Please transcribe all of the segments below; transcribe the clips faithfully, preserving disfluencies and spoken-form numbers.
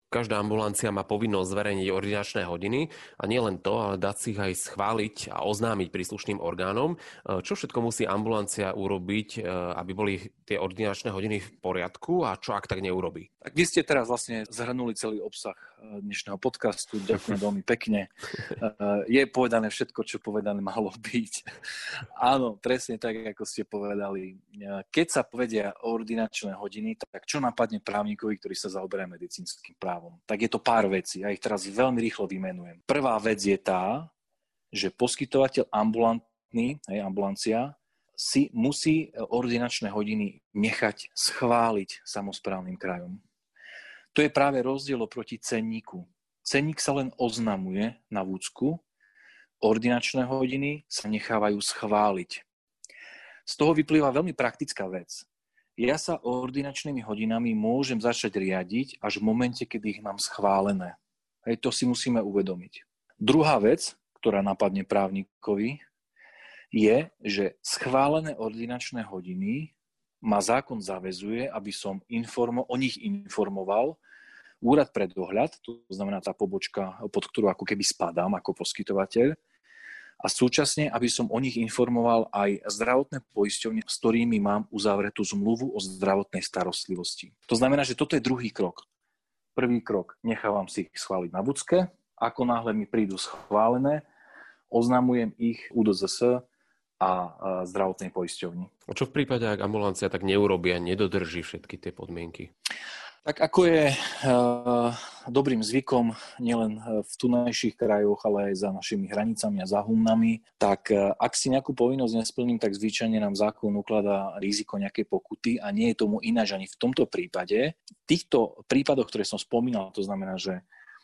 Každá ambulancia má povinnosť zverejniť ordinačné hodiny a nielen to, ale dať si ich aj schváliť a oznámiť príslušným orgánom. Čo všetko musí ambulancia urobiť, aby boli tie ordinačné hodiny v poriadku a čo ak tak neurobí? Tak vy ste teraz vlastne zhrnuli celý obsah dnešného podcastu. Ďakujem veľmi pekne. Je povedané všetko, čo povedané malo byť. Áno, presne tak, ako ste povedali. Keď sa povedia ordinačné hodiny, tak čo napadne právnikovi, ktorý sa zaoberá medicínskym právom? Tak je to pár vecí. Ja ich teraz veľmi rýchlo vymenujem. Prvá vec je tá, že poskytovateľ ambulantný, hej, ambulancia, si musí ordinačné hodiny nechať schváliť samosprávnym krajom. To je práve rozdiel oproti cenníku. Cenník sa len oznamuje na vúcku, ordinačné hodiny sa nechávajú schváliť. Z toho vyplýva veľmi praktická vec. Ja sa ordinačnými hodinami môžem začať riadiť až v momente, kedy ich mám schválené. Hej, to si musíme uvedomiť. Druhá vec, ktorá napadne právnikovi, je, že schválené ordinačné hodiny ma zákon zaväzuje, aby som informo- o nich informoval úrad pre dohľad, to znamená tá pobočka, pod ktorú ako keby spadám ako poskytovateľ, a súčasne, aby som o nich informoval aj zdravotné poisťovne, s ktorými mám uzavretú zmluvu o zdravotnej starostlivosti. To znamená, že toto je druhý krok. Prvý krok, nechávam si ich schváliť na vúcke. Ako náhle mi prídu schválené, oznamujem ich ú dé zet es a zdravotnej poisťovni. A čo v prípade, ak ambulancia tak neurobí a nedodrží všetky tie podmienky? Tak ako je uh, dobrým zvykom nielen v tunajších krajoch, ale aj za našimi hranicami a za humnami, tak uh, ak si nejakú povinnosť nesplním, tak zvyčajne nám zákon ukladá riziko nejakej pokuty a nie je tomu ináč ani v tomto prípade. V týchto prípadoch, ktoré som spomínal, to znamená, že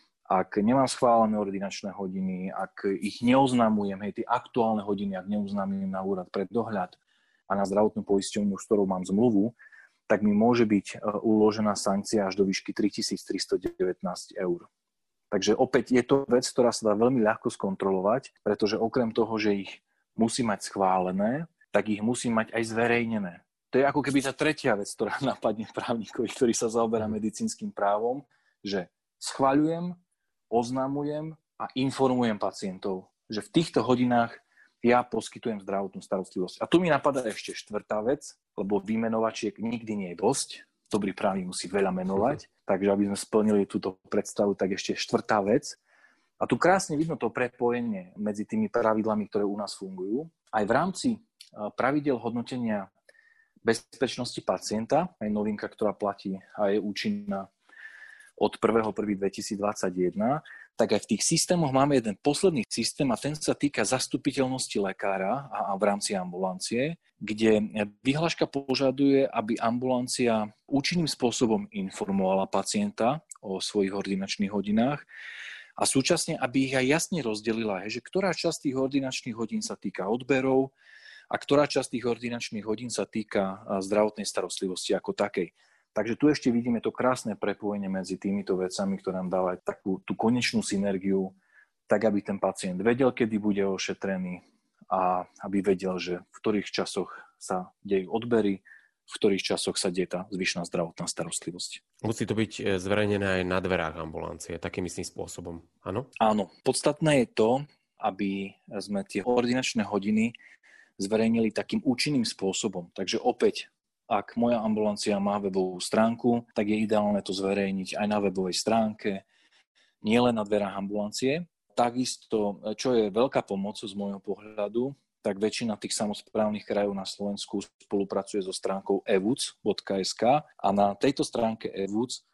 ak nemám schválené ordinačné hodiny, ak ich neoznamujem, hej, tie aktuálne hodiny, ak neoznamujem na úrad pre dohľad a na zdravotnú poisťovňu, s ktorou mám zmluvu, tak mi môže byť uložená sankcia až do výšky tritisíctristodevätnásť eur. Takže opäť je to vec, ktorá sa dá veľmi ľahko skontrolovať, pretože okrem toho, že ich musí mať schválené, tak ich musí mať aj zverejnené. To je ako keby tá tretia vec, ktorá napadne právnikovi, ktorý sa zaoberá medicínskym právom, že schvaľujem, oznamujem a informujem pacientov, že v týchto hodinách ja poskytujem zdravotnú starostlivosť. A tu mi napadá ešte štvrtá vec, lebo vymenovačiek nikdy nie je dosť. Dobrý právnik musí veľa menovať, takže aby sme splnili túto predstavu, tak ešte štvrtá vec. A tu krásne vidno to prepojenie medzi tými pravidlami, ktoré u nás fungujú. Aj v rámci pravidiel hodnotenia bezpečnosti pacienta, aj novinka, ktorá platí a je účinná od prvého prvého dvetisícdvadsaťjeden, tak aj v tých systémoch máme jeden posledný systém a ten sa týka zastupiteľnosti lekára a, a v rámci ambulancie, kde vyhláška požaduje, aby ambulancia účinným spôsobom informovala pacienta o svojich ordinačných hodinách a súčasne, aby ich aj jasne rozdelila, že ktorá časť tých ordinačných hodín sa týka odberov a ktorá časť tých ordinačných hodín sa týka zdravotnej starostlivosti ako takej. Takže tu ešte vidíme to krásne prepojenie medzi týmito vecami, ktoré nám dáva takú tú konečnú synergiu, tak aby ten pacient vedel, kedy bude ošetrený a aby vedel, že v ktorých časoch sa dejú odbery, v ktorých časoch sa deje tá zvyšná zdravotná starostlivosť. Musí to byť zverejnené aj na dverách ambulancie, takým istým spôsobom, áno? Áno. Podstatné je to, aby sme tie ordinačné hodiny zverejnili takým účinným spôsobom. Takže opäť, ak moja ambulancia má webovú stránku, tak je ideálne to zverejniť aj na webovej stránke, nielen na dverách ambulancie. Takisto, čo je veľká pomoc z môjho pohľadu, tak väčšina tých samosprávnych krajov na Slovensku spolupracuje so stránkou e v u c bodka es ká a na tejto stránke e v u c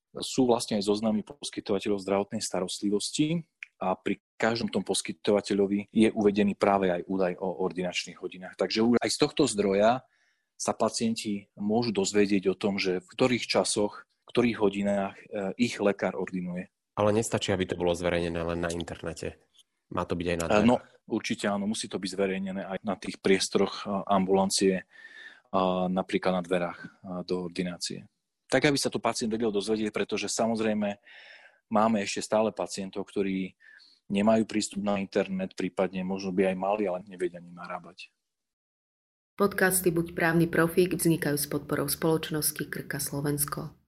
sú vlastne aj zoznamy poskytovateľov zdravotnej starostlivosti a pri každom tom poskytovateľovi je uvedený práve aj údaj o ordinačných hodinách. Takže aj z tohto zdroja sa pacienti môžu dozvedieť o tom, že v ktorých časoch, v ktorých hodinách ich lekár ordinuje. Ale nestačí, aby to bolo zverejnené len na internete. Má to byť aj na dverách? No, určite áno, musí to byť zverejnené aj na tých priestoroch ambulancie, napríklad na dverách do ordinácie. Tak, aby sa to pacient vedel dozvedieť, pretože samozrejme máme ešte stále pacientov, ktorí nemajú prístup na internet, prípadne možno by aj mali, ale nevedia ním narábať. Podcasty Buď právny profík vznikajú s podporou spoločnosti Krka Slovensko.